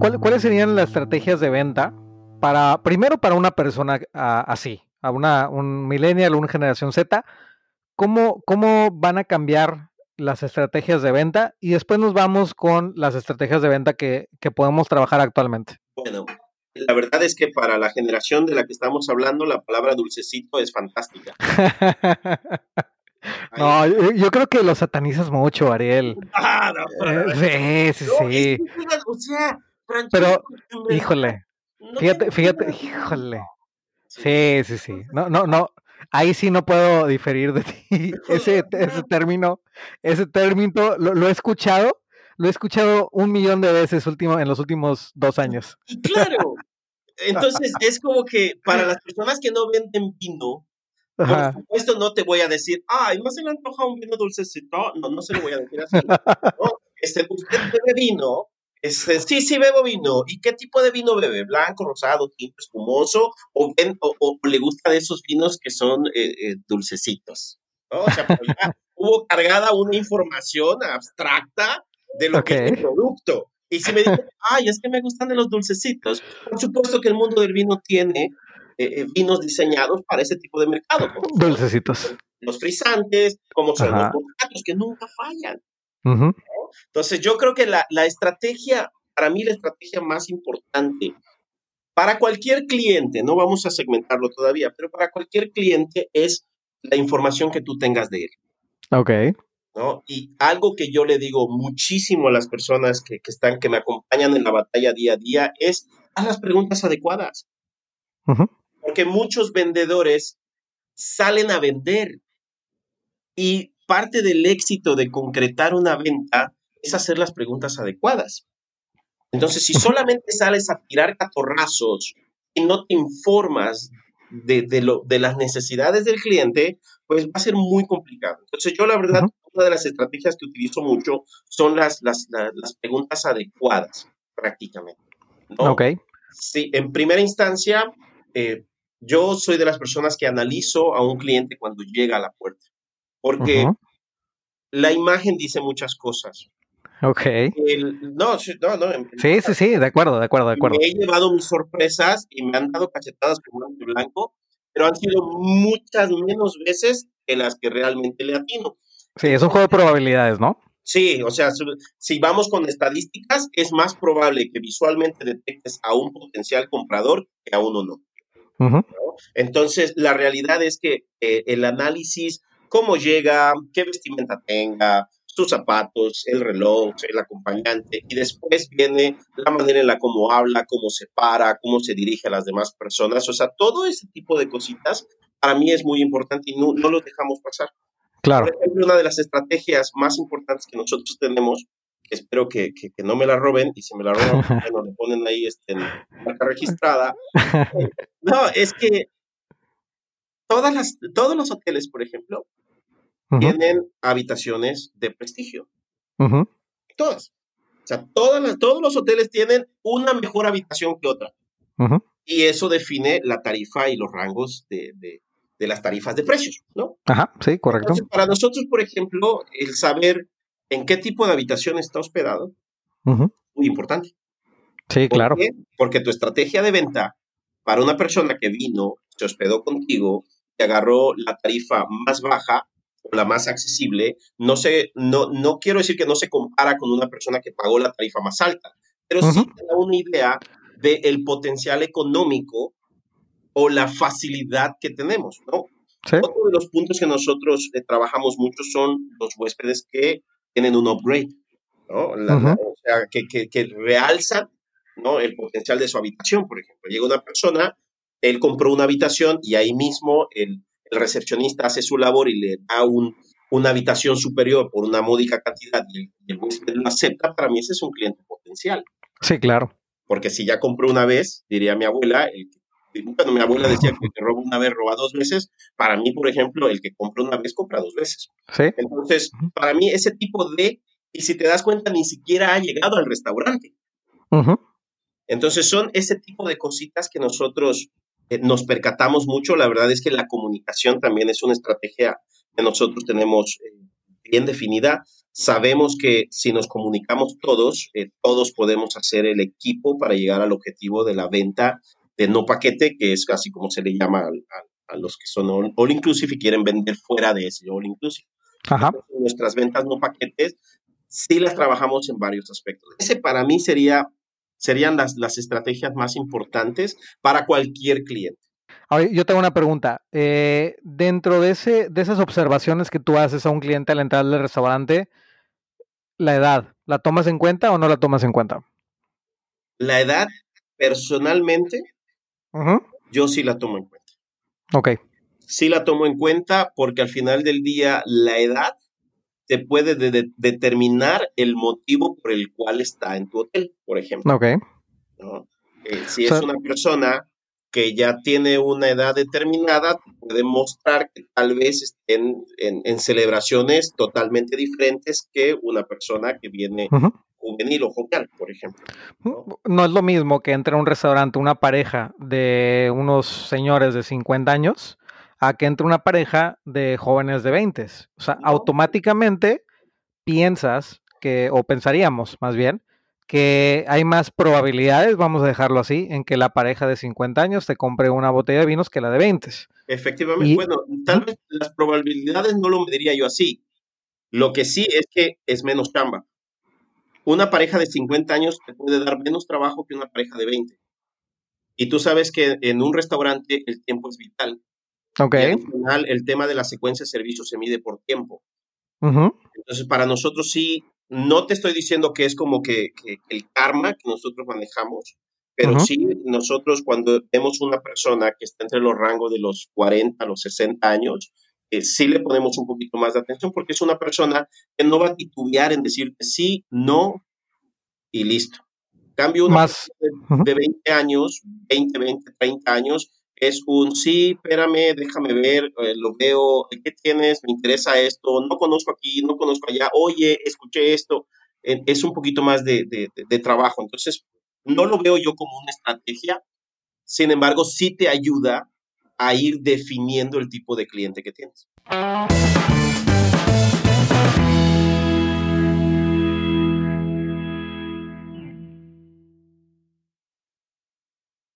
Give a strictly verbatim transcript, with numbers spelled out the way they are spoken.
¿cuál, ¿cuáles serían las estrategias de venta para, primero para una persona uh, así, a una, un millennial, una generación Z? ¿Cómo, ¿Cómo van a cambiar las estrategias de venta? Y después nos vamos con las estrategias de venta que, que podemos trabajar actualmente. Bueno, la verdad es que para la generación de la que estamos hablando, la palabra dulcecito es fantástica. No, yo, yo creo que lo satanizas mucho, Ariel. Ah, no, no, eh, sí, sí, no, sí. es que, o sea, Pero, verdad, híjole, no fíjate, fíjate, híjole. Sí, sí, sí. No, no, no. Ahí sí no puedo diferir de ti. Ese, ese término, ese término lo, lo he escuchado, lo he escuchado un millón de veces último, en los últimos dos años. Y claro, entonces es como que para las personas que no venden vino, Ajá. por supuesto no te voy a decir, ay, no se le antoja un vino dulcecito. No, no se lo voy a decir así. ¿No? Este, usted bebe vino. Este, sí, sí bebo vino. ¿Y qué tipo de vino bebe? ¿Blanco, rosado, tinto, espumoso? ¿O, ven, o, o le gusta de esos vinos que son eh, eh, dulcecitos? ¿No? O sea, pues ya hubo cargada una información abstracta de lo Okay. que es el producto. Y si me dicen, ay, es que me gustan de los dulcecitos, por supuesto que el mundo del vino tiene eh, vinos diseñados para ese tipo de mercado. Como Dulcecitos. Son los frisantes, como son Ajá. los moscatos, que nunca fallan. Uh-huh. ¿No? Entonces, yo creo que la, la estrategia, para mí la estrategia más importante para cualquier cliente, no vamos a segmentarlo todavía, pero para cualquier cliente es la información que tú tengas de él. Ok. ¿No? Y algo que yo le digo muchísimo a las personas que, que están, que me acompañan en la batalla día a día es, haz las preguntas adecuadas. Uh-huh. Porque muchos vendedores salen a vender y parte del éxito de concretar una venta es hacer las preguntas adecuadas. Entonces, si solamente sales a tirar catorrazos y no te informas de, de, lo, de las necesidades del cliente, pues va a ser muy complicado. Entonces, yo la verdad, uh-huh. una de las estrategias que utilizo mucho son las, las, las, las preguntas adecuadas, prácticamente, ¿no? Ok. Sí, en primera instancia, eh, yo soy de las personas que analizo a un cliente cuando llega a la puerta, porque uh-huh. la imagen dice muchas cosas. Ok. El, no, no, no. En, sí, sí, sí, de acuerdo, de acuerdo, de acuerdo. Me he llevado mis sorpresas y me han dado cachetadas con guante blanco, pero han sido muchas menos veces que las que realmente le atino. Sí, es un juego de probabilidades, ¿no? Sí, o sea, si vamos con estadísticas, es más probable que visualmente detectes a un potencial comprador que a uno no. Uh-huh. ¿No? Entonces, la realidad es que eh, el análisis, cómo llega, qué vestimenta tenga, sus zapatos, el reloj, el acompañante, y después viene la manera en la cómo habla, cómo se para, cómo se dirige a las demás personas. O sea, todo ese tipo de cositas para mí es muy importante y no, no los dejamos pasar. Claro. Por ejemplo, una de las estrategias más importantes que nosotros tenemos, que espero que, que, que no me la roben, y si me la roban, bueno, le ponen ahí este, en marca registrada. Eh, no, es que todas las, todos los hoteles, por ejemplo, uh-huh. tienen habitaciones de prestigio. Uh-huh. Todas. O sea, todas las, todos los hoteles tienen una mejor habitación que otra. Uh-huh. Y eso define la tarifa y los rangos de, de, de las tarifas de precios, ¿no? Ajá, sí, correcto. Entonces, para nosotros, por ejemplo, el saber en qué tipo de habitación está hospedado uh-huh. es muy importante. Sí, ¿Por claro. qué? Porque tu estrategia de venta para una persona que vino, se hospedó contigo, te agarró la tarifa más baja o la más accesible, no, sé, no, no quiero decir que no se compara con una persona que pagó la tarifa más alta, pero uh-huh. sí te da una idea del potencial económico o la facilidad que tenemos, ¿no? Sí. Otro de los puntos que nosotros eh, trabajamos mucho son los huéspedes que tienen un upgrade, ¿no? La, uh-huh. la, o sea, que, que, que realzan, ¿no?, el potencial de su habitación. Por ejemplo, llega una persona, él compró una habitación y ahí mismo el, el recepcionista hace su labor y le da un, una habitación superior por una módica cantidad y el huésped lo acepta. Para mí ese es un cliente potencial. Sí, claro. Porque si ya compró una vez, diría mi abuela, el que Bueno, mi abuela decía que el que roba una vez roba dos veces. Para mí, por ejemplo, el que compra una vez compra dos veces. Sí. Entonces, para mí, ese tipo de, y si te das cuenta, ni siquiera ha llegado al restaurante. Uh-huh. Entonces, son ese tipo de cositas que nosotros eh, nos percatamos mucho. La verdad es que la comunicación también es una estrategia que nosotros tenemos eh, bien definida. Sabemos que si nos comunicamos todos, eh, todos podemos hacer el equipo para llegar al objetivo de la venta de no paquete, que es casi como se le llama a, a, a los que son all, all inclusive y quieren vender fuera de ese all inclusive. Ajá. Entonces, nuestras ventas no paquetes sí las trabajamos en varios aspectos. Ese para mí sería, serían las, las estrategias más importantes para cualquier cliente. Ahora, yo tengo una pregunta. Eh, dentro de, ese, de esas observaciones que tú haces a un cliente al entrar al restaurante, la edad, ¿la tomas en cuenta o no la tomas en cuenta? La edad, personalmente, uh-huh. yo sí la tomo en cuenta. Ok. Sí la tomo en cuenta porque al final del día la edad te puede de- de- determinar el motivo por el cual está en tu hotel, por ejemplo. Ok. ¿No? Eh, si O es sea, una persona que ya tiene una edad determinada, puede mostrar que tal vez estén en, en celebraciones totalmente diferentes que una persona que viene uh-huh. juvenil o jovial, por ejemplo. ¿no? No es lo mismo que entre a un restaurante una pareja de unos señores de cincuenta años a que entre una pareja de jóvenes de veinte. O sea, No. automáticamente piensas que, o pensaríamos más bien, que hay más probabilidades, vamos a dejarlo así, en que la pareja de cincuenta años te compre una botella de vinos que la de veinte. Efectivamente, Y, bueno, tal vez las probabilidades no lo mediría yo así. Lo que sí es que es menos chamba. Una pareja de cincuenta años te puede dar menos trabajo que una pareja de veinte. Y tú sabes que en un restaurante el tiempo es vital. ok. Y adicional, el tema de la secuencia de servicio se mide por tiempo. Uh-huh. Entonces, para nosotros sí, no te estoy diciendo que es como que, que el karma que nosotros manejamos, pero Uh-huh. sí nosotros cuando vemos una persona que está entre los rangos de los cuarenta a los sesenta años, eh, sí le ponemos un poquito más de atención porque es una persona que no va a titubear en decirte sí, no y listo. Cambio una Más. persona Uh-huh. de, de veinte años, veinte, veinte, treinta años, es un sí, espérame, déjame ver, eh, lo veo, ¿qué tienes? Me interesa esto, no conozco aquí, no conozco allá, oye, escuché esto. Eh, es un poquito más de, de, de, de trabajo. Entonces, no lo veo yo como una estrategia, sin embargo, sí te ayuda a ir definiendo el tipo de cliente que tienes.